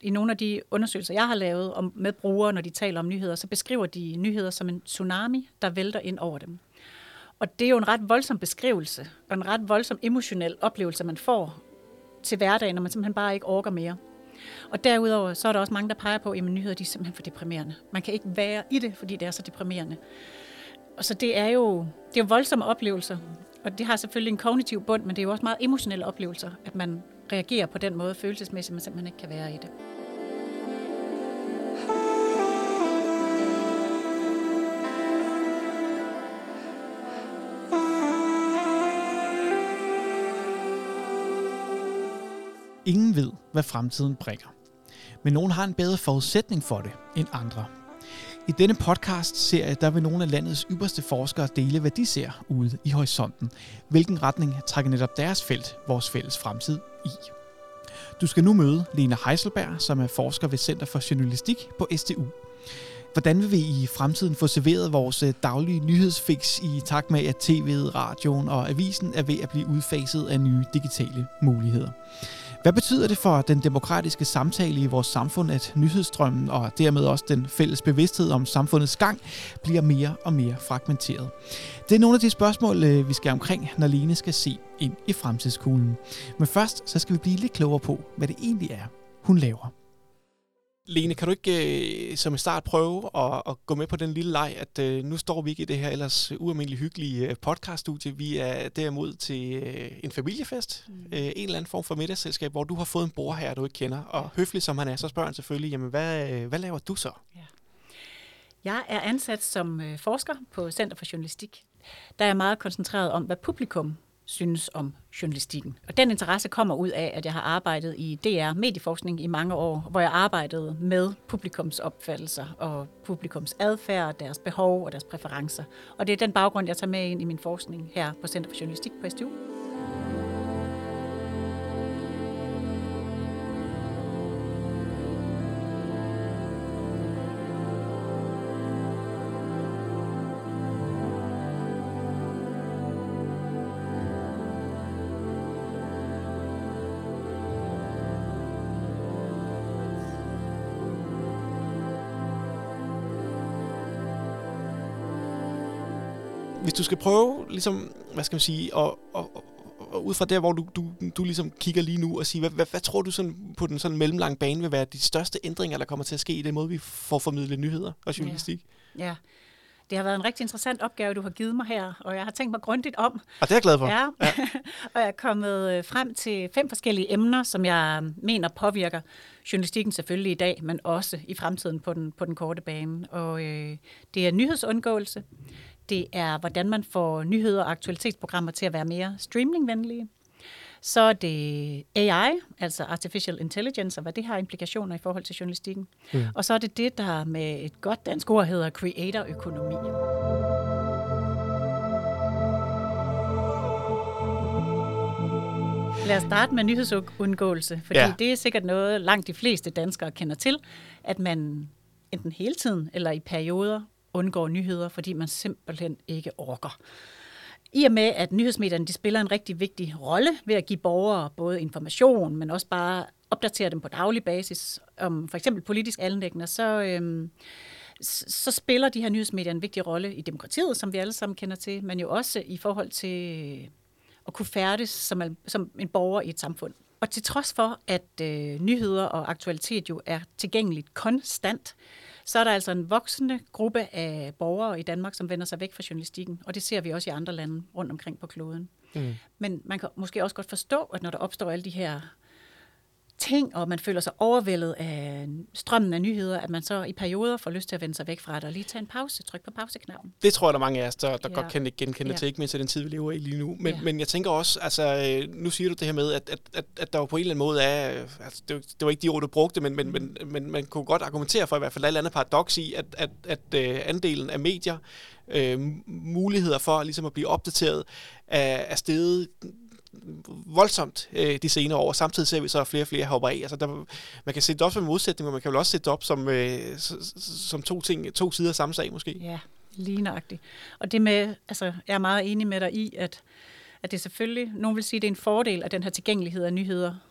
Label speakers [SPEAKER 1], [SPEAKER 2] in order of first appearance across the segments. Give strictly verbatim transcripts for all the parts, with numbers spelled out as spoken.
[SPEAKER 1] i nogle af de undersøgelser, jeg har lavet om, med brugere, når de taler om nyheder, så beskriver de nyheder som en tsunami, der vælter ind over dem. Og det er jo en ret voldsom beskrivelse, og en ret voldsom emotionel oplevelse, man får til hverdagen, når man simpelthen bare ikke orker mere. Og derudover, så er der også mange, der peger på, at nyheder de er simpelthen for deprimerende. Man kan ikke være i det, fordi det er så deprimerende. Og så det er jo, det er jo voldsomme oplevelser, og det har selvfølgelig en kognitiv bund, men det er jo også meget emotionelle oplevelser, at man reagerer på den måde følelsesmæssigt, man simpelthen ikke kan være i det.
[SPEAKER 2] Ingen ved, hvad fremtiden bringer. Men nogen har en bedre forudsætning for det end andre. I denne podcast-serie, der vil nogle af landets ypperste forskere dele, hvad de ser ude i horisonten. Hvilken retning trækker netop deres felt, vores fælles fremtid, i. Du skal nu møde Lena Heiselberg, som er forsker ved Center for Journalistik på S T U. Hvordan vil vi i fremtiden få serveret vores daglige nyhedsfix i takt med, at tv'et, radioen og avisen er ved at blive udfaset af nye digitale muligheder? Hvad betyder det for den demokratiske samtale i vores samfund, at nyhedsstrømmen og dermed også den fælles bevidsthed om samfundets gang bliver mere og mere fragmenteret? Det er nogle af de spørgsmål, vi skal omkring, når Lene skal se ind i fremtidskuglen. Men først så skal vi blive lidt klogere på, hvad det egentlig er, hun laver. Lene, kan du ikke øh, som en start prøve at, at gå med på den lille leg, at øh, nu står vi ikke i det her ellers ualmindeligt hyggelige øh, podcaststudie. Vi er derimod til øh, en familiefest, mm. øh, en eller anden form for middagsselskab, hvor du har fået en bror du ikke kender. Og høflig som han er, så spørger han selvfølgelig, jamen hvad, øh, hvad laver du så?
[SPEAKER 1] Ja. Jeg er ansat som øh, forsker på Center for Journalistik. Der er jeg meget koncentreret om, hvad publikum synes om journalistikken. Og den interesse kommer ud af, at jeg har arbejdet i D R medieforskning i mange år, hvor jeg arbejdede med publikums opfattelser og publikums adfærd, deres behov og deres præferencer. Og det er den baggrund, jeg tager med ind i min forskning her på Center for Journalistik på S T U.
[SPEAKER 2] Hvis du skal prøve, ligesom, hvad skal man sige, og, og, og, og ud fra der, hvor du, du, du ligesom kigger lige nu og siger, hvad, hvad, hvad tror du sådan, på den sådan mellemlange bane vil være de største ændringer, der kommer til at ske i den måde, vi får formidlet nyheder og journalistik?
[SPEAKER 1] Ja. ja. Det har været en rigtig interessant opgave, du har givet mig her, og jeg har tænkt mig grundigt om.
[SPEAKER 2] Og det er jeg glad for.
[SPEAKER 1] Ja, ja. Og jeg er kommet frem til fem forskellige emner, som jeg mener påvirker journalistikken selvfølgelig i dag, men også i fremtiden på den, på den korte bane. Og øh, det er nyhedsundgåelse. Det er, hvordan man får nyheder og aktualitetsprogrammer til at være mere streamingvenlige. Så er det A I, altså Artificial Intelligence, og hvad det har implikationer i forhold til journalistikken. Mm. Og så er det det, der med et godt dansk ord hedder creator-økonomi. Lad os starte med nyhedsundgåelse, fordi ja. det er sikkert noget, langt de fleste danskere kender til, at man enten hele tiden eller i perioder undgår nyheder, fordi man simpelthen ikke orker. I og med, at nyhedsmedierne de spiller en rigtig vigtig rolle ved at give borgere både information, men også bare opdatere dem på daglig basis om for eksempel politisk anliggender, så, øhm, så spiller de her nyhedsmedier en vigtig rolle i demokratiet, som vi alle sammen kender til, men jo også i forhold til at kunne færdes som, som en borger i et samfund. Og til trods for, at øh, nyheder og aktualitet jo er tilgængeligt konstant, så er der altså en voksende gruppe af borgere i Danmark, som vender sig væk fra journalistikken, og det ser vi også i andre lande rundt omkring på kloden. Mm. Men man kan måske også godt forstå, at når der opstår alle de her ting, og man føler sig overvældet af strømmen af nyheder, at man så i perioder får lyst til at vende sig væk fra det og lige tage en pause, trykke på pauseknappen.
[SPEAKER 2] Det tror jeg, der er mange af os, der, der ja. godt kan genkende
[SPEAKER 1] ja.
[SPEAKER 2] til, ikke mindst den tid, vi lever i lige nu. Men,
[SPEAKER 1] ja.
[SPEAKER 2] men jeg tænker også, altså, nu siger du det her med, at, at, at, at der jo på en eller anden måde er, altså, det, det var ikke de ord, du brugte, men, men, men, men man kunne godt argumentere for i hvert fald et eller andet paradoks i, at, at, at, at uh, andelen af medier, uh, muligheder for ligesom at blive opdateret, er, er steget voldsomt øh, de senere år. Samtidig ser vi så, at flere og flere hopper af. Altså, der, man kan sætte det op som en modsætning, men man kan vel også sætte det op som, øh, som to ting, to sider af samme sag måske.
[SPEAKER 1] Ja, lige nøjagtigt. Og det med, altså, jeg er meget enig med dig i, at, at det selvfølgelig, nogen vil sige, at det er en fordel af den her tilgængelighed af nyheder,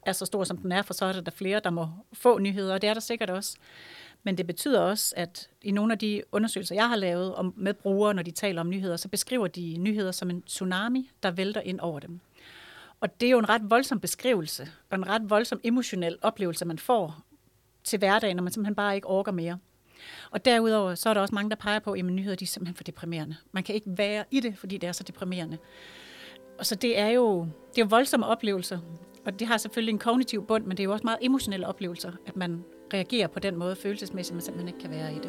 [SPEAKER 1] er så stor, som den er, for så er der, der flere, der må få nyheder, og det er der sikkert også. Men det betyder også, at i nogle af de undersøgelser, jeg har lavet om, med brugere, når de taler om nyheder, så beskriver de nyheder som en tsunami, der vælter ind over dem. Og det er jo en ret voldsom beskrivelse, og en ret voldsom emotionel oplevelse, man får til hverdagen, når man simpelthen bare ikke orker mere. Og derudover, så er der også mange, der peger på, at nyheder de er simpelthen for deprimerende. Man kan ikke være i det, fordi det er så deprimerende. Og så det er jo, det er jo voldsomme oplevelser, og det har selvfølgelig en kognitiv bund, men det er jo også meget emotionelle oplevelser, at man reagerer på den måde følelsesmæssigt, at man simpelthen ikke kan være i det.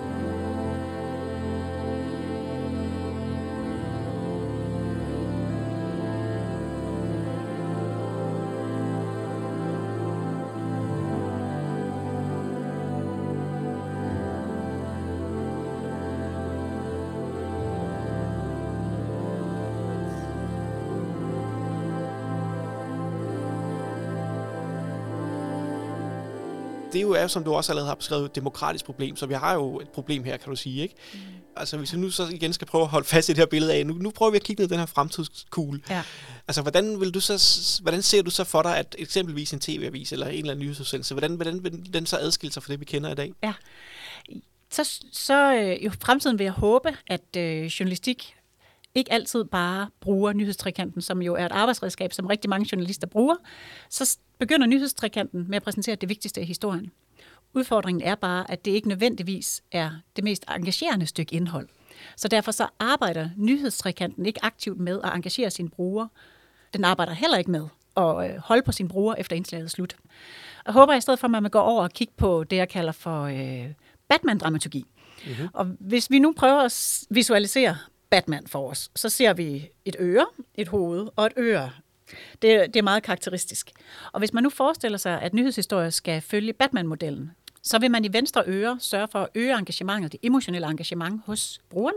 [SPEAKER 3] Det jo er, som du også allerede har beskrevet, et demokratisk problem, så vi har jo et problem her, kan du sige, ikke? Mm. Altså, hvis vi nu så igen skal prøve at holde fast i det her billede af, nu, nu prøver vi at kigge ned i den her fremtidskugle. Ja. Altså, hvordan, vil du så, hvordan ser du så for dig, at eksempelvis en tv-avis eller en eller anden nyhedsudsendelse, hvordan, hvordan vil den så adskille sig fra det, vi kender i dag?
[SPEAKER 1] Ja, så, så øh, i fremtiden vil jeg håbe, at øh, journalistik ikke altid bare bruger nyhedstrikanten, som jo er et arbejdsredskab, som rigtig mange journalister bruger, så begynder nyhedstrikanten med at præsentere det vigtigste i historien. Udfordringen er bare, at det ikke nødvendigvis er det mest engagerende stykke indhold. Så derfor så arbejder nyhedstrikanten ikke aktivt med at engagere sine brugere. Den arbejder heller ikke med at holde på sine brugere efter indslaget er slut. Jeg håber i stedet for, at man går over og kigger på det, jeg kalder for øh, Batman-dramaturgi. Mm-hmm. Og hvis vi nu prøver at visualisere Batman for os, så ser vi et øre, et hoved og et øre. Det, det er meget karakteristisk. Og hvis man nu forestiller sig, at nyhedshistorier skal følge Batman-modellen, så vil man i venstre øre sørge for at øge engagementet, det emotionelle engagement hos brugerne.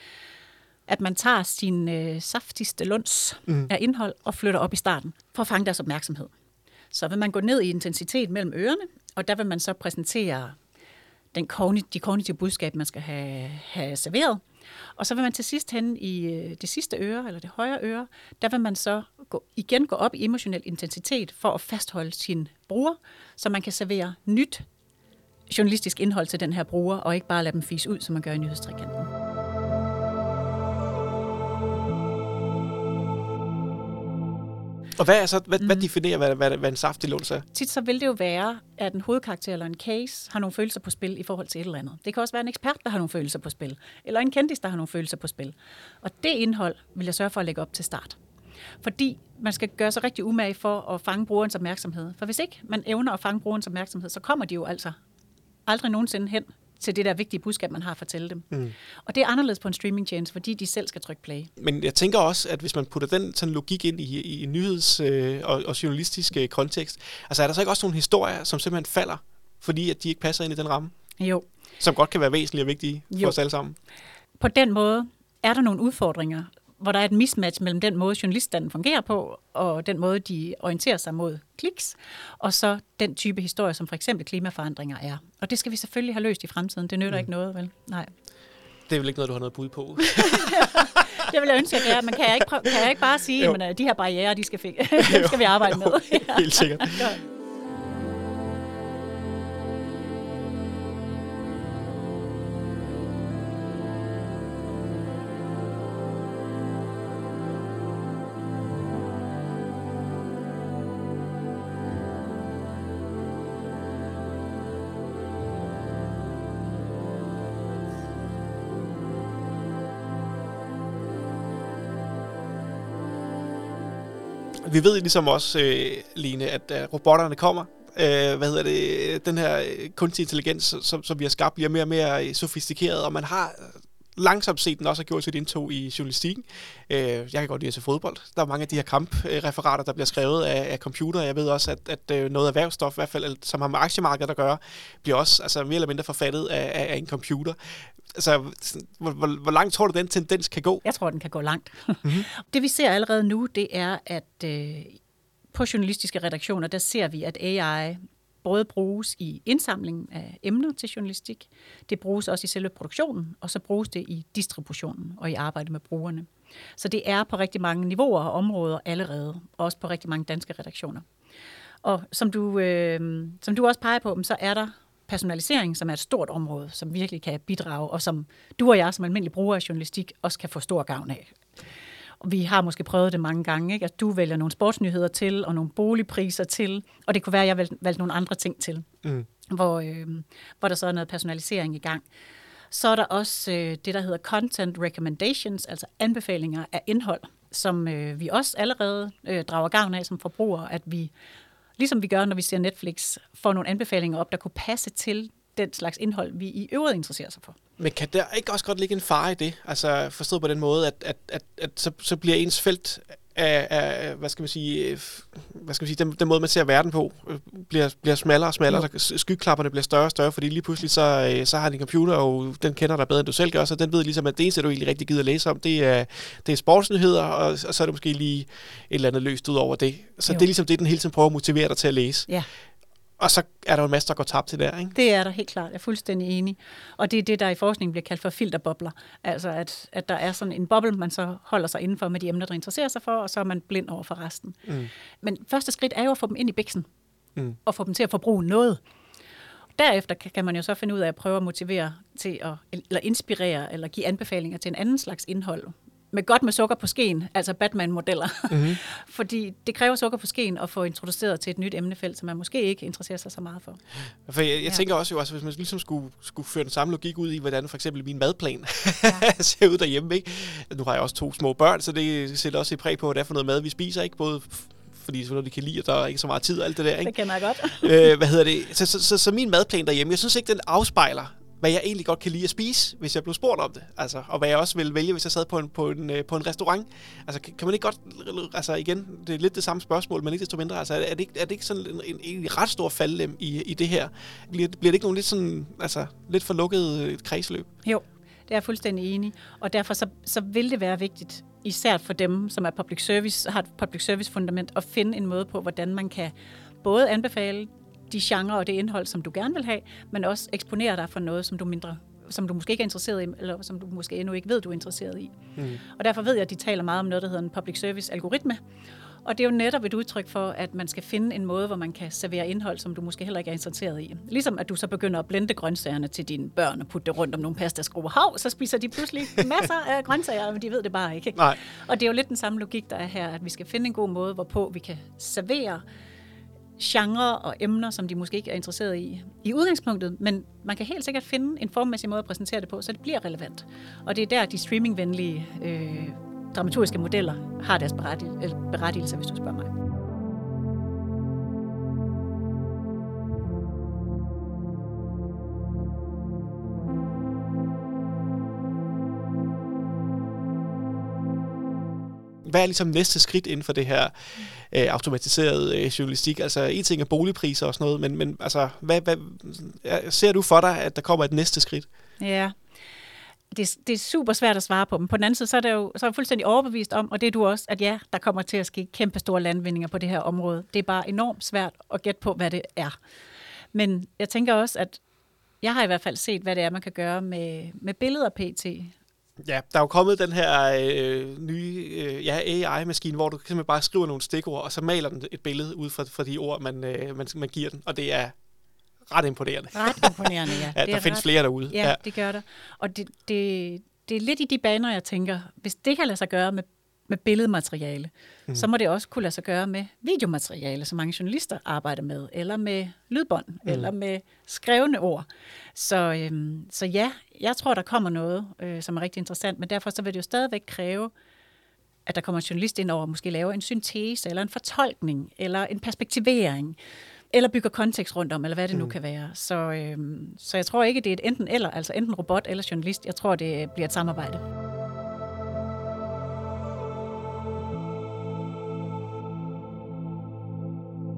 [SPEAKER 1] At man tager sin øh, saftigste luns mm. af indhold og flytter op i starten for at fange deres opmærksomhed. Så vil man gå ned i intensitet mellem ørerne, og der vil man så præsentere den kognitive, de kognitive budskab, man skal have, have serveret. Og så vil man til sidst hen i det sidste øre, eller det højre øre, der vil man så gå, igen gå op i emotionel intensitet for at fastholde sin bruger, så man kan servere nyt journalistisk indhold til den her bruger, og ikke bare lade dem fise ud, som man gør i nyhedstrikanten.
[SPEAKER 3] Og hvad, er så, hvad, mm. hvad definerer, hvad, hvad, hvad en saftig luns er?
[SPEAKER 1] Tit så vil det jo være, at en hovedkarakter eller en case har nogle følelser på spil i forhold til et eller andet. Det kan også være en ekspert, der har nogle følelser på spil, eller en kendis, der har nogle følelser på spil. Og det indhold vil jeg sørge for at lægge op til start. Fordi man skal gøre sig rigtig umage for at fange brugerens opmærksomhed. For hvis ikke man evner at fange brugerens opmærksomhed, så kommer de jo altså aldrig nogensinde hen til det der vigtige budskab, man har at fortælle dem. Mm. Og det er anderledes på en streamingtjeneste, fordi de selv skal trykke play.
[SPEAKER 3] Men jeg tænker også, at hvis man putter den sådan logik ind i, i nyheds- øh, og, og journalistisk øh, kontekst, altså er der så ikke også nogle historier, som simpelthen falder, fordi at de ikke passer ind i den ramme?
[SPEAKER 1] Jo.
[SPEAKER 3] Som godt kan være væsentlige og vigtige for
[SPEAKER 1] jo.
[SPEAKER 3] os alle sammen?
[SPEAKER 1] På den måde er der nogle udfordringer, hvor der er et mismatch mellem den måde, journaliststanden fungerer på, og den måde, de orienterer sig mod kliks, og så den type historie, som for eksempel klimaforandringer er. Og det skal vi selvfølgelig have løst i fremtiden. Det nytter mm. ikke noget, vel? Nej.
[SPEAKER 3] Det er vel ikke noget, du har noget bud på?
[SPEAKER 1] Det vil jeg ønske, at det er. Men kan jeg ikke, prøve, kan jeg ikke bare sige, at de her barrierer, de skal, dem skal vi arbejde med?
[SPEAKER 3] Ja. Helt sikkert. Vi ved ligesom også, øh, Line, at øh, robotterne kommer. Øh, hvad hedder det? Den her kunstig intelligens, som, som vi har skabt, bliver mere og mere sofistikeret, og man har langsomt set den også har gjort sit indtog i journalistikken. Øh, jeg kan godt lide at se fodbold. Der er mange af de her kampreferater, der bliver skrevet af, af computer. Jeg ved også, at, at noget erhvervsstof, i hvert fald, som har med aktiemarkedet at gøre, bliver også altså, mere eller mindre forfattet af, af en computer. Altså, hvor, hvor, hvor langt tror du, den tendens kan gå?
[SPEAKER 1] Jeg tror, den kan gå langt. Mm-hmm. Det vi ser allerede nu, det er, at øh, på journalistiske redaktioner, der ser vi, at A I både bruges i indsamling af emner til journalistik, det bruges også i selve produktionen, og så bruges det i distributionen og i arbejde med brugerne. Så det er på rigtig mange niveauer og områder allerede, også på rigtig mange danske redaktioner. Og som du, øh, som du også peger på, så er der personalisering, som er et stort område, som virkelig kan bidrage, og som du og jeg som almindelig bruger af journalistik også kan få stor gavn af. Og vi har måske prøvet det mange gange, ikke? At du vælger nogle sportsnyheder til, og nogle boligpriser til, og det kunne være, at jeg valgte, valgte nogle andre ting til, mm. hvor, øh, hvor der så er noget personalisering i gang. Så er der også øh, det, der hedder content recommendations, altså anbefalinger af indhold, som øh, vi også allerede øh, drager gavn af som forbrugere, at vi, ligesom vi gør, når vi ser Netflix, får nogle anbefalinger op, der kunne passe til den slags indhold, vi i øvrigt interesserer sig for.
[SPEAKER 3] Men kan der ikke også godt ligge en fare i det? Altså forstået på den måde, at, at, at, at så, så bliver ens felt af, af, hvad skal man sige, hvad skal man sige, den, den måde, man ser verden på, bliver, bliver smallere og smallere, ja. Skyklapperne bliver større og større, fordi lige pludselig så, så har din computer, og den kender dig bedre, end du selv gør, så den ved ligesom, at det eneste, du egentlig rigtig gider at læse om, det er, det er sportsnyheder, og, og så er det måske lige et eller andet løst ud over det. Så jo. Det er ligesom det, den hele tiden prøver at motivere dig til at læse.
[SPEAKER 1] Ja.
[SPEAKER 3] Og så er der jo en masse, der går tabt til der, ikke?
[SPEAKER 1] Det er der helt klart. Jeg er fuldstændig enig. Og det er det, der i forskningen bliver kaldt for filterbobler. Altså, at, at der er sådan en boble, man så holder sig indenfor med de emner, der interesserer sig for, og så er man blind over for resten. Mm. Men første skridt er jo at få dem ind i biksen, mm. og få dem til at forbruge noget. Derefter kan man jo så finde ud af at prøve at motivere til at, eller inspirere, eller give anbefalinger til en anden slags indhold. Med godt med sukker på skeen, altså Batman-modeller. Mm-hmm. Fordi det kræver sukker på skeen at få introduceret til et nyt emnefelt, som man måske ikke interesserer sig så meget for.
[SPEAKER 3] For jeg, jeg ja. tænker også jo, altså, hvis man ligesom skulle, skulle føre den samme logik ud i, hvordan for eksempel min madplan ja. ser ud derhjemme, ikke? Nu har jeg også to små børn, så det sætter også et præg på, hvad det er for noget mad, vi spiser, ikke? Både fordi det er noget, de kan lide, og der er ikke så meget tid og alt det der, ikke?
[SPEAKER 1] Det kender jeg godt.
[SPEAKER 3] øh, hvad hedder det? Så, så, så, så min madplan derhjemme, jeg synes ikke, den afspejler, hvad jeg egentlig godt kan lide at spise, hvis jeg blev spurgt om det. Altså, og hvad jeg også ville vælge, hvis jeg sad på en, på en, på en restaurant. Altså, kan, kan man ikke godt... Altså, igen, det er lidt det samme spørgsmål, men ikke desto mindre. Altså, er det ikke, er det ikke sådan en, en, en ret stor faldlem i, i det her? Bliver, bliver det ikke nogen lidt sådan... Altså, lidt for lukket kredsløb?
[SPEAKER 1] Jo, det er jeg fuldstændig enig. Og derfor så, så vil det være vigtigt, især for dem, som er public service, har et public service fundament, at finde en måde på, hvordan man kan både anbefale de genre og det indhold, som du gerne vil have, men også eksponere dig for noget, som du mindre, som du måske ikke er interesseret i, eller som du måske endnu ikke ved, du er interesseret i. Mm. Og derfor ved jeg, at de taler meget om noget, der hedder en public service algoritme. Og det er jo netop et udtryk for, at man skal finde en måde, hvor man kan servere indhold, som du måske heller ikke er interesseret i. Ligesom at du så begynder at blende grøntsagerne til dine børn og putte det rundt om nogle pastaskruer. Hav, så spiser de pludselig masser af grøntsager, men de ved det bare ikke.
[SPEAKER 3] Nej.
[SPEAKER 1] Og det er jo lidt den samme logik, der er her, at vi skal finde en god måde, hvorpå vi kan servere genre og emner, som de måske ikke er interesseret i i udgangspunktet, men man kan helt sikkert finde en formmæssig måde at præsentere det på, så det bliver relevant. Og det er der, de streamingvenlige øh, dramaturgiske modeller har deres berettigelse, berettigelse, hvis du spørger mig.
[SPEAKER 3] Hvad er ligesom næste skridt inden for det her øh, automatiserede øh, journalistik? Altså, en ting er boligpriser og sådan noget, men, men altså, hvad, hvad, ser du for dig, at der kommer et næste skridt?
[SPEAKER 1] Ja, det, det er super svært at svare på, men på den anden side, så er, det jo, så er jeg fuldstændig overbevist om, og det er du også, at ja, der kommer til at ske kæmpe store landvindinger på det her område. Det er bare enormt svært at gætte på, hvad det er. Men jeg tænker også, at jeg har i hvert fald set, hvad det er, man kan gøre med, med billeder P T.
[SPEAKER 3] Ja, der er jo kommet den her øh, nye øh, ja, A I-maskine, hvor du simpelthen bare skriver nogle stikord, og så maler den et billede ud fra, fra de ord, man, øh, man, man giver den. Og det er ret imponerende.
[SPEAKER 1] Ret imponerende, ja.
[SPEAKER 3] ja der findes ret... flere derude.
[SPEAKER 1] Ja, ja, det gør der. Og det, det, det er lidt i de baner, jeg tænker, hvis det kan lade sig gøre med, med billedmateriale, mm. så må det også kunne lade sig gøre med videomateriale, som mange journalister arbejder med, eller med lydbånd, mm. eller med skrevne ord. Så, øhm, så ja, jeg tror, der kommer noget, øh, som er rigtig interessant, men derfor så vil det jo stadigvæk kræve, at der kommer en journalist ind over og måske laver en syntese, eller en fortolkning, eller en perspektivering, eller bygger kontekst rundt om, eller hvad det nu mm. kan være. Så, øhm, så jeg tror ikke, det er et enten eller, altså enten robot eller journalist. Jeg tror, det bliver et samarbejde.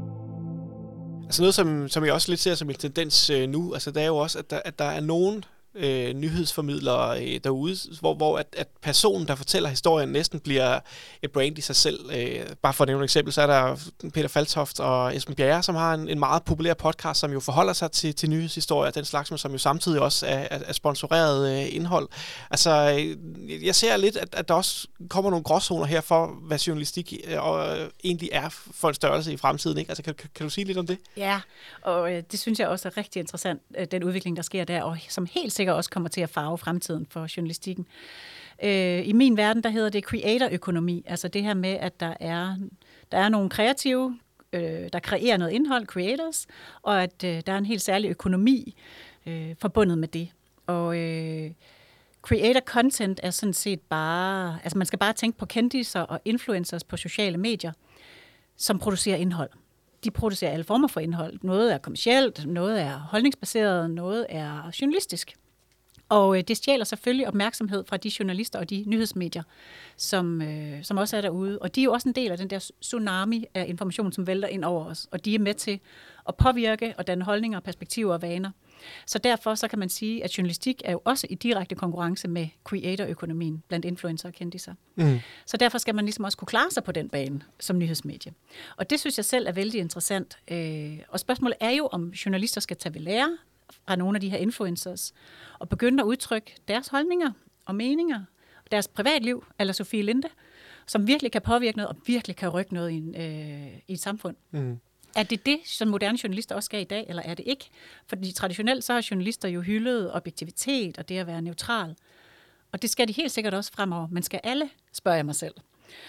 [SPEAKER 3] Altså noget, som, som jeg også lidt ser som en tendens øh, nu, altså det er jo også, at der, at der er nogen øh, nyhedsformidlere øh, derude, hvor, hvor at, at personen, der fortæller historien, næsten bliver et brand i sig selv. Øh, bare for at nævne et eksempel, så er der Peter Faltoft og Esben Bjerre, som har en, en meget populær podcast, som jo forholder sig til, til nyhedshistorier, den slags, men som jo samtidig også er, er, er sponsoreret øh, indhold. Altså, øh, jeg ser lidt, at, at der også kommer nogle gråzoner her for, hvad journalistik øh, og, øh, egentlig er for en størrelse i fremtiden, ikke? Altså, kan, kan, kan du sige lidt om det?
[SPEAKER 1] Ja, og øh, det synes jeg også er rigtig interessant, øh, den udvikling, der sker der, og som helt sikkert også kommer til at farve fremtiden for journalistikken. Øh, I min verden, der hedder det creator-økonomi, altså det her med, at der er, der er nogle kreative, øh, der kreerer noget indhold, creators, og at øh, der er en helt særlig økonomi øh, forbundet med det. Og øh, creator content er sådan set bare, altså man skal bare tænke på kendiser og influencers på sociale medier, som producerer indhold. De producerer alle former for indhold. Noget er kommercielt, noget er holdningsbaseret, noget er journalistisk. Og øh, det stjæler selvfølgelig opmærksomhed fra de journalister og de nyhedsmedier, som, øh, som også er derude. Og de er jo også en del af den der tsunami af information, som vælter ind over os. Og de er med til at påvirke og danne holdninger, perspektiver og vaner. Så derfor så kan man sige, at journalistik er jo også i direkte konkurrence med creator-økonomien blandt influencer og kendiser. Mm. Så derfor skal man ligesom også kunne klare sig på den bane som nyhedsmedie. Og det synes jeg selv er vældig interessant. Og spørgsmålet er jo, om journalister skal tage ved lære fra nogle af de her influencers og begynde at udtrykke deres holdninger og meninger, deres privatliv, eller Sofie Linde, som virkelig kan påvirke noget og virkelig kan rykke noget i, en, øh, i et samfund. Mm. Er det det, som moderne journalister også skal i dag, eller er det ikke? Fordi traditionelt så har journalister jo hyldet objektivitet og det at være neutral. Og det skal de helt sikkert også fremover. Men skal alle, spørger jeg mig selv.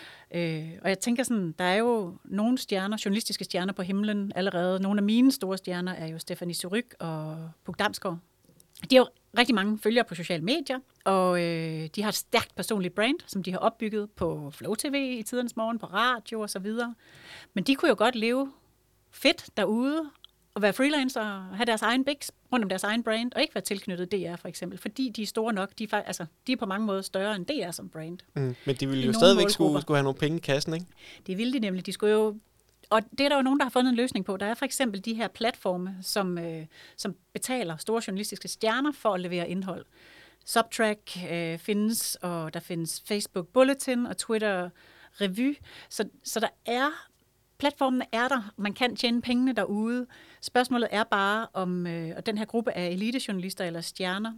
[SPEAKER 1] Øh, og jeg tænker sådan, der er jo nogle stjerner, journalistiske stjerner på himlen allerede. Nogle af mine store stjerner er jo Stephanie Surrugue og Puk Damsgaard. De har jo rigtig mange følgere på sociale medier, og øh, de har et stærkt personligt brand, som de har opbygget på Flow T V i tidernes morgen, på radio og så videre. Men de kunne jo godt leve fedt derude og være freelancer og have deres egen bigs rundt om deres egen brand, og ikke være tilknyttet D R for eksempel, fordi de er store nok. De er, altså, de er på mange måder større end D R som brand.
[SPEAKER 3] Mm, men de ville jo stadigvæk skulle, skulle have nogle penge i kassen, ikke?
[SPEAKER 1] Det ville de nemlig. De skulle jo, og det er der jo nogen, der har fundet en løsning på. Der er for eksempel de her platforme, som, øh, som betaler store journalistiske stjerner for at levere indhold. Subtrack øh, findes, og der findes Facebook Bulletin og Twitter Revue. Så, så der er platformen er der. Man kan tjene pengene derude. Spørgsmålet er bare, om øh, og den her gruppe af elitejournalister eller stjerner,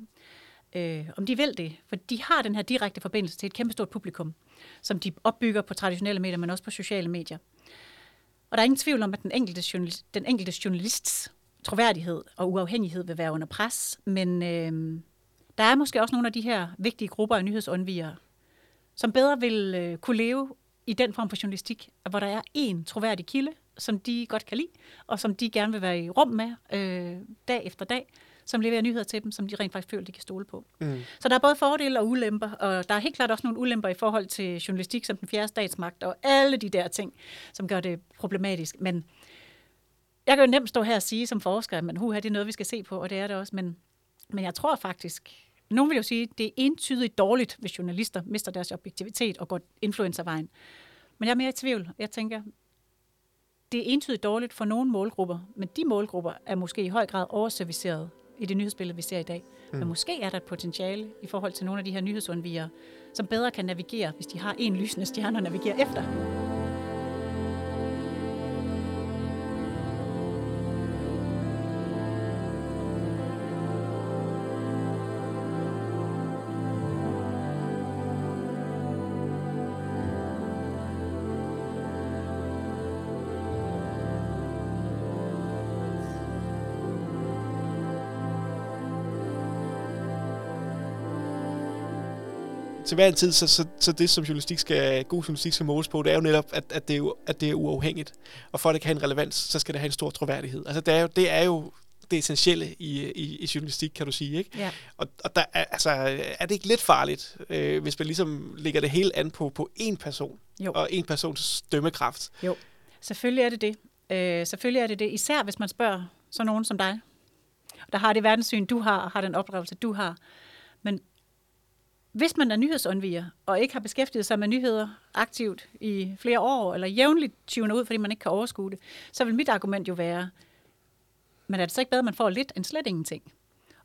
[SPEAKER 1] øh, om de vil det. For de har den her direkte forbindelse til et kæmpestort publikum, som de opbygger på traditionelle medier, men også på sociale medier. Og der er ingen tvivl om, at den enkelte, journalist, den enkelte journalists troværdighed og uafhængighed vil være under pres. Men øh, der er måske også nogle af de her vigtige grupper af nyhedsundvigere, som bedre vil øh, kunne leve i den form for journalistik, hvor der er en troværdig kilde, som de godt kan lide, og som de gerne vil være i rum med øh, dag efter dag, som leverer nyheder til dem, som de rent faktisk føler, de kan stole på. Mm. Så der er både fordele og ulemper, og der er helt klart også nogle ulemper i forhold til journalistik som den fjerde statsmagt, og alle de der ting, som gør det problematisk. Men jeg kan jo nemt stå her og sige som forsker, men huha, det er noget, vi skal se på, og det er det også. Men, men jeg tror faktisk, nogen vil jo sige, at det er entydigt dårligt, hvis journalister mister deres objektivitet og går influencervejen. Men jeg er mere i tvivl. Jeg tænker, det er entydigt dårligt for nogle målgrupper, men de målgrupper er måske i høj grad overserviceret i det nyhedsbillede, vi ser i dag. Mm. Men måske er der et potentiale i forhold til nogle af de her nyhedsundvigere, som bedre kan navigere, hvis de har en lysende stjerne at navigere efter.
[SPEAKER 3] Til hver en tid, så, så, så det, som journalistik skal, god journalistik skal måles på, det er jo netop, at, at, det, er, at det er uafhængigt. Og for at det kan have en relevans, så skal det have en stor troværdighed. Altså, det er jo det, er jo det essentielle i, i, i journalistik, kan du sige, ikke?
[SPEAKER 1] Ja. Og,
[SPEAKER 3] og der er, altså, er det ikke lidt farligt, øh, hvis man ligesom lægger det hele an på, på én person,
[SPEAKER 1] jo.
[SPEAKER 3] Og én persons dømmekraft?
[SPEAKER 1] Jo, selvfølgelig er det det. Øh, selvfølgelig er det det, især hvis man spørger sådan nogen som dig, der har det verdenssyn, du har, har den oplevelse, du har. Men hvis man er nyhedsundviger, og ikke har beskæftiget sig med nyheder aktivt i flere år, eller jævnligt tuner ud, fordi man ikke kan overskue det, så vil mit argument jo være, men er det så ikke bedre, at man får lidt end slet ingenting?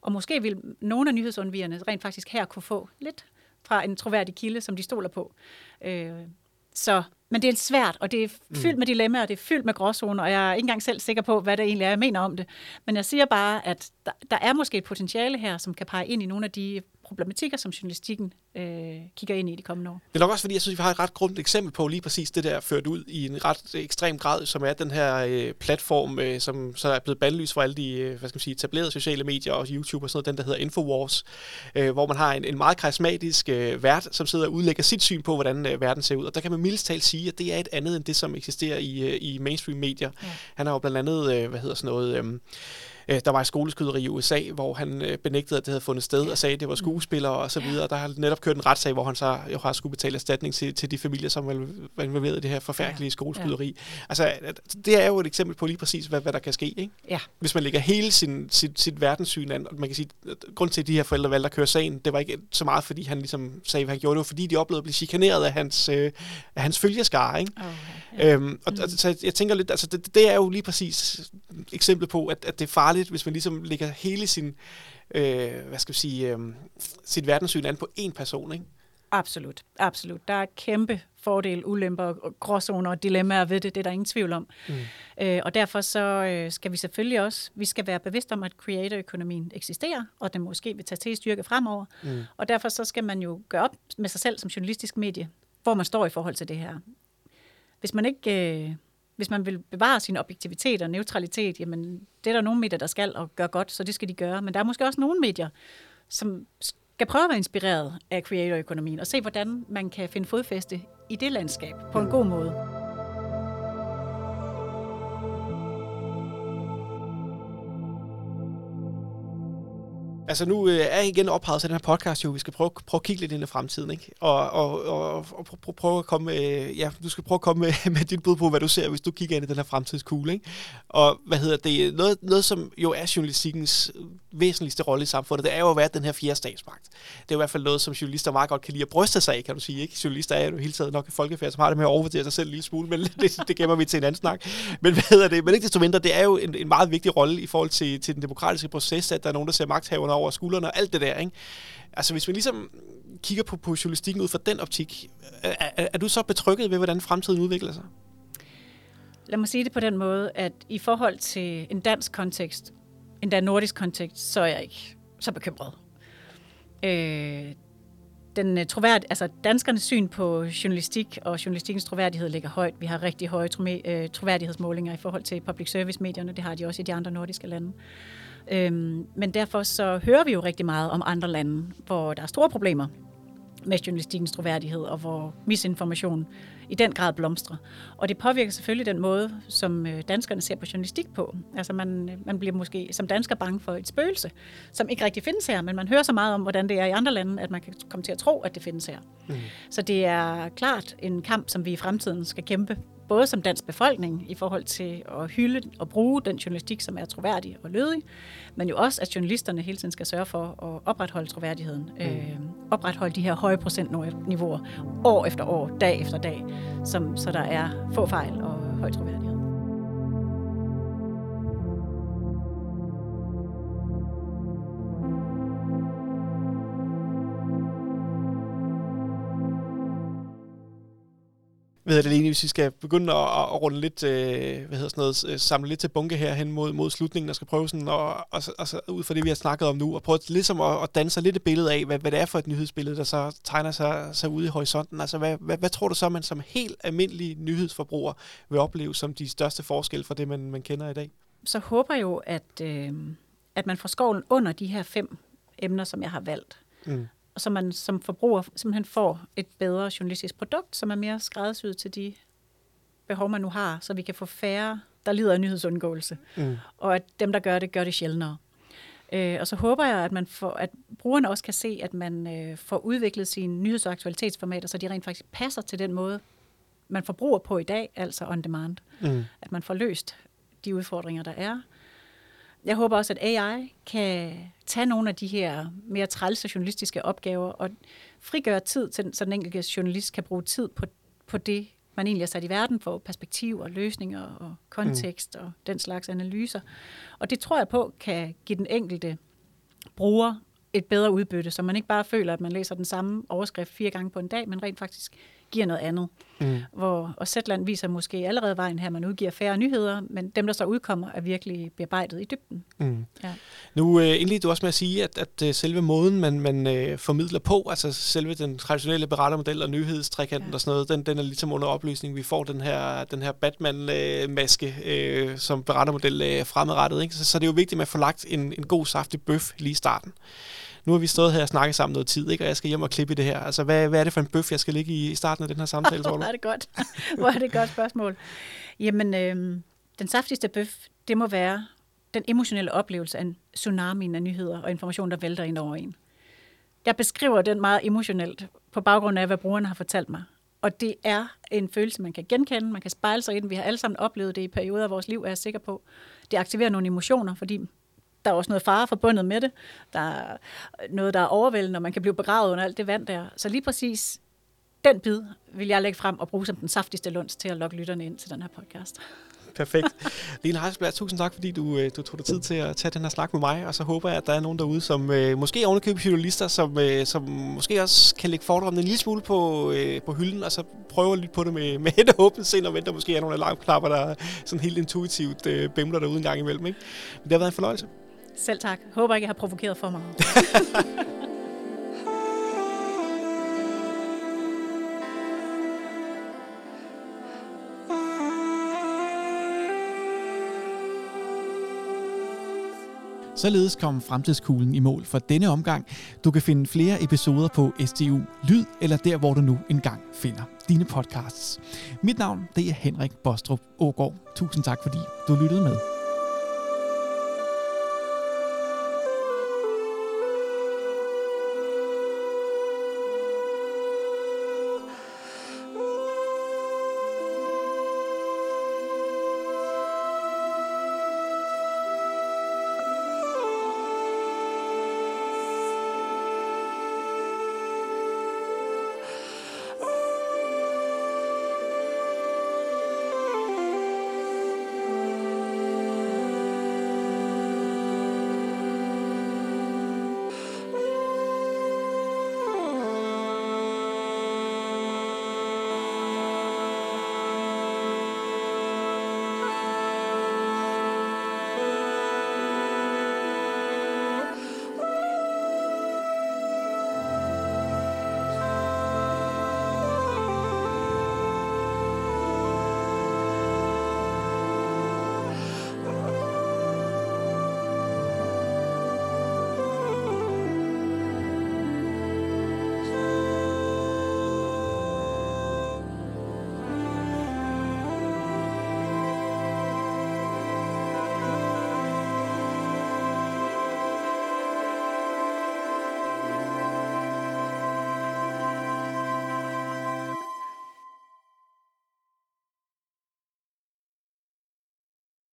[SPEAKER 1] Og måske vil nogle af nyhedsundvigerne rent faktisk her kunne få lidt fra en troværdig kilde, som de stoler på. Øh, så, men det er svært, og det er fyldt med dilemmaer, og det er fyldt med gråzoner, og jeg er ikke engang selv sikker på, hvad det egentlig er, jeg mener om det. Men jeg siger bare, at der, der er måske et potentiale her, som kan pege ind i nogle af de problematikker, som journalistikken øh, kigger ind i de kommende år.
[SPEAKER 3] Det er nok også, fordi jeg synes, vi har et ret grundigt eksempel på lige præcis det der ført ud i en ret ekstrem grad, som er den her øh, platform, øh, som så er blevet bandlyst for alle de øh, hvad skal man sige, etablerede sociale medier og YouTube og sådan noget, den der hedder Infowars, øh, hvor man har en, en meget karismatisk øh, vært, som sidder og udlægger sit syn på, hvordan øh, verden ser ud. Og der kan man mildest talt sige, at det er et andet end det, som eksisterer i, øh, i mainstream medier. Ja. Han har jo blandt andet, øh, hvad hedder sådan noget... Øh, Der var et skoleskyderi i U S A, hvor han benægtede, at det havde fundet sted, og sagde, at det var skuespillere og så videre. Der har netop kørt en retssag, hvor han så jo har skulle betale erstatning til, til de familier, som var involveret i det her forfærdelige skoleskyderi. Ja. Altså, det er jo et eksempel på lige præcis, hvad, hvad der kan ske, ikke?
[SPEAKER 1] Ja.
[SPEAKER 3] Hvis man lægger hele sin, sit, sit verdenssyn an, og man kan sige, at grund til, at de her forældre valgte at køre sagen, det var ikke så meget, fordi han ligesom sagde, hvad han gjorde, det var, fordi de oplevede at blive chikaneret af hans, øh, af hans følgeskare, ikke? Okay. Ja. Øhm, og, mm. og, så jeg tænker lidt, altså det, det er jo lige præcis et eksempel på, at, at det er farligt, hvis man ligesom lægger hele sin, øh, hvad skal vi sige, øh, sit verdenssyn an på én person, ikke?
[SPEAKER 1] Absolut, absolut. Der er kæmpe fordele, ulemper, og gråzoner og dilemmaer ved det, det er der ingen tvivl om. Mm. Øh, og derfor så øh, skal vi selvfølgelig også, vi skal være bevidste om, at creator-økonomien eksisterer, og den måske vil tage til styrke fremover. Mm. Og derfor så skal man jo gøre op med sig selv som journalistisk medie, hvor man står i forhold til det her. Hvis man ikke... Øh, Hvis man vil bevare sin objektivitet og neutralitet, jamen det er der nogle medier, der skal og gør godt, så det skal de gøre. Men der er måske også nogle medier, som skal prøve at være inspireret af creator-økonomien og se, hvordan man kan finde fodfæste i det landskab på en god måde.
[SPEAKER 3] Altså nu øh, er igen ophavet til den her podcast jo, vi skal prøve, prøve at kigge lidt ind i fremtiden, ikke? Og, og, og, og prøve, prøve at komme med, ja, du skal prøve at komme med, med dit bud på, hvad du ser, hvis du kigger ind i den her fremtidskugle, ikke? Og hvad hedder det, noget, noget som jo er journalistikkens væsentligste rolle i samfundet, det er jo at være den her fjerde statsmagt. Det er i hvert fald noget, som journalister meget godt kan lide at bryste sig af, kan du sige, ikke? Journalister er jo hele taget nok et folkefærd, som har det med at overvurdere sig selv en lille smule, men det, det gemmer vi til en anden snak. Men hvad hedder det, men ikke desto mindre, det er jo en, en meget vigtig rolle i forhold til, til den demokratiske proces, at der er nogen, der ser magthaverne over skuldrene og alt det der, ikke? Altså hvis vi ligesom kigger på, på journalistikken ud fra den optik, er, er, er du så betrygget ved, hvordan fremtiden udvikler sig?
[SPEAKER 1] Lad mig sige det på den måde, at i forhold til en dansk kontekst, endda en nordisk kontekst, så er jeg ikke så bekymret. Øh, den troværd, altså danskernes syn på journalistik og journalistikkens troværdighed ligger højt. Vi har rigtig høje troværdighedsmålinger i forhold til public service medierne, det har de også i de andre nordiske lande. Øhm, men derfor så hører vi jo rigtig meget om andre lande, hvor der er store problemer med journalistikkens troværdighed, og hvor misinformation i den grad blomstrer. Og det påvirker selvfølgelig den måde, som danskerne ser på journalistik på. Altså man, man bliver måske som dansker bange for et spøgelse, som ikke rigtig findes her, men man hører så meget om, hvordan det er i andre lande, at man kan komme til at tro, at det findes her. Mm. Så det er klart en kamp, som vi i fremtiden skal kæmpe, både som dansk befolkning i forhold til at hylde og bruge den journalistik, som er troværdig og lødig, men jo også, at journalisterne hele tiden skal sørge for at opretholde troværdigheden. Mm. Øh, opretholde de her høje procentniveauer år efter år, dag efter dag, som, så der er få fejl og høj troværdighed.
[SPEAKER 3] Hvad hedder det lige, hvis vi skal begynde at, at runde lidt, øh, hvad hedder sådan noget, samle lidt til bunke her hen mod, mod slutningen, og skal prøve sådan, og, og, og så ud fra det, vi har snakket om nu, og prøve ligesom at, at danne sig lidt et billede af, hvad, hvad det er for et nyhedsbillede, der så tegner sig, sig ude i horisonten. Altså, hvad, hvad, hvad tror du så, man som helt almindelig nyhedsforbruger vil opleve som de største forskelle fra det, man, man kender i dag?
[SPEAKER 1] Så håber jeg jo, at, øh, at man får skovlen under de her fem emner, som jeg har valgt. Mm. Og så man som forbruger simpelthen får et bedre journalistisk produkt, som er mere skræddersyet til de behov, man nu har, så vi kan få færre, der lider af nyhedsundgåelse. Mm. Og at dem, der gør det, gør det sjældnere. Øh, og så håber jeg, at, man får, at brugerne også kan se, at man øh, får udviklet sine nyheds- og aktualitetsformater, så de rent faktisk passer til den måde, man forbruger på i dag, altså on demand. Mm. At man får løst de udfordringer, der er. Jeg håber også, at A I kan tage nogle af de her mere trælse journalistiske opgaver og frigøre tid, til, så den enkelte journalist kan bruge tid på, på det, man egentlig er sat i verden for, perspektiv og løsninger og kontekst mm. og den slags analyser. Og det tror jeg på kan give den enkelte bruger et bedre udbytte, så man ikke bare føler, at man læser den samme overskrift fire gange på en dag, men rent faktisk giver noget andet. Mm. Hvor, og Zetland viser måske allerede vejen her, man udgiver færre nyheder, men dem, der så udkommer, er virkelig bearbejdet i dybden. Mm. Ja.
[SPEAKER 3] Nu øh, indledte du også med at sige, at, at, at selve måden, man, man øh, formidler på, altså selve den traditionelle berettermodel og nyhedstrikanten ja. og sådan noget, den, den er ligesom under opløsning. Vi får den her, den her Batman-maske øh, øh, som berettermodel øh, fremadrettet. Ikke? Så, så det er jo vigtigt, at man får lagt en, en god, saftig bøf lige i starten. Nu har vi stået her og snakket sammen noget tid, ikke? Og jeg skal hjem og klippe i det her. Altså, hvad, hvad er det for en bøf, jeg skal ligge i, i starten af den her samtale, tror du?
[SPEAKER 1] Hvor er det godt. Hvor er det et godt spørgsmål. Jamen, øh, den saftigste bøf, det må være den emotionelle oplevelse af en tsunami af nyheder og information, der vælter ind over en. Jeg beskriver den meget emotionelt på baggrund af, hvad brugerne har fortalt mig. Og det er en følelse, man kan genkende, man kan spejle sig i den. Vi har alle sammen oplevet det i perioder af vores liv, er jeg sikker på. Det aktiverer nogle emotioner, fordi der er også noget fare forbundet med det. Der er noget, der er overvældende, og man kan blive begravet under alt det vand der. Så lige præcis den bid vil jeg lægge frem og bruge som den saftigste luns til at lokke lytterne ind til den her podcast.
[SPEAKER 3] Perfekt. Line Heiselberg, tusind tak, fordi du, du tog dig tid til at tage den her snak med mig, og så håber jeg, at der er nogen derude, som øh, måske ovenikøbet journalister, som, øh, som måske også kan lægge fordommene en lille smule på, øh, på hylden, og så prøve at lytte på det med, med hætte åbent, se når venter måske er nogle alarmknapper, der sådan helt intuitivt øh, bimler derude en gang imellem. Ikke? Men det har været en fornøjelse.
[SPEAKER 1] Selv tak. Håber ikke, jeg har provokeret for meget.
[SPEAKER 2] Således kom Fremtidskuglen i mål for denne omgang. Du kan finde flere episoder på S T U Lyd, eller der, hvor du nu engang finder dine podcasts. Mit navn, det er Henrik Bostrup Aagaard. Tusind tak, fordi du lyttede med.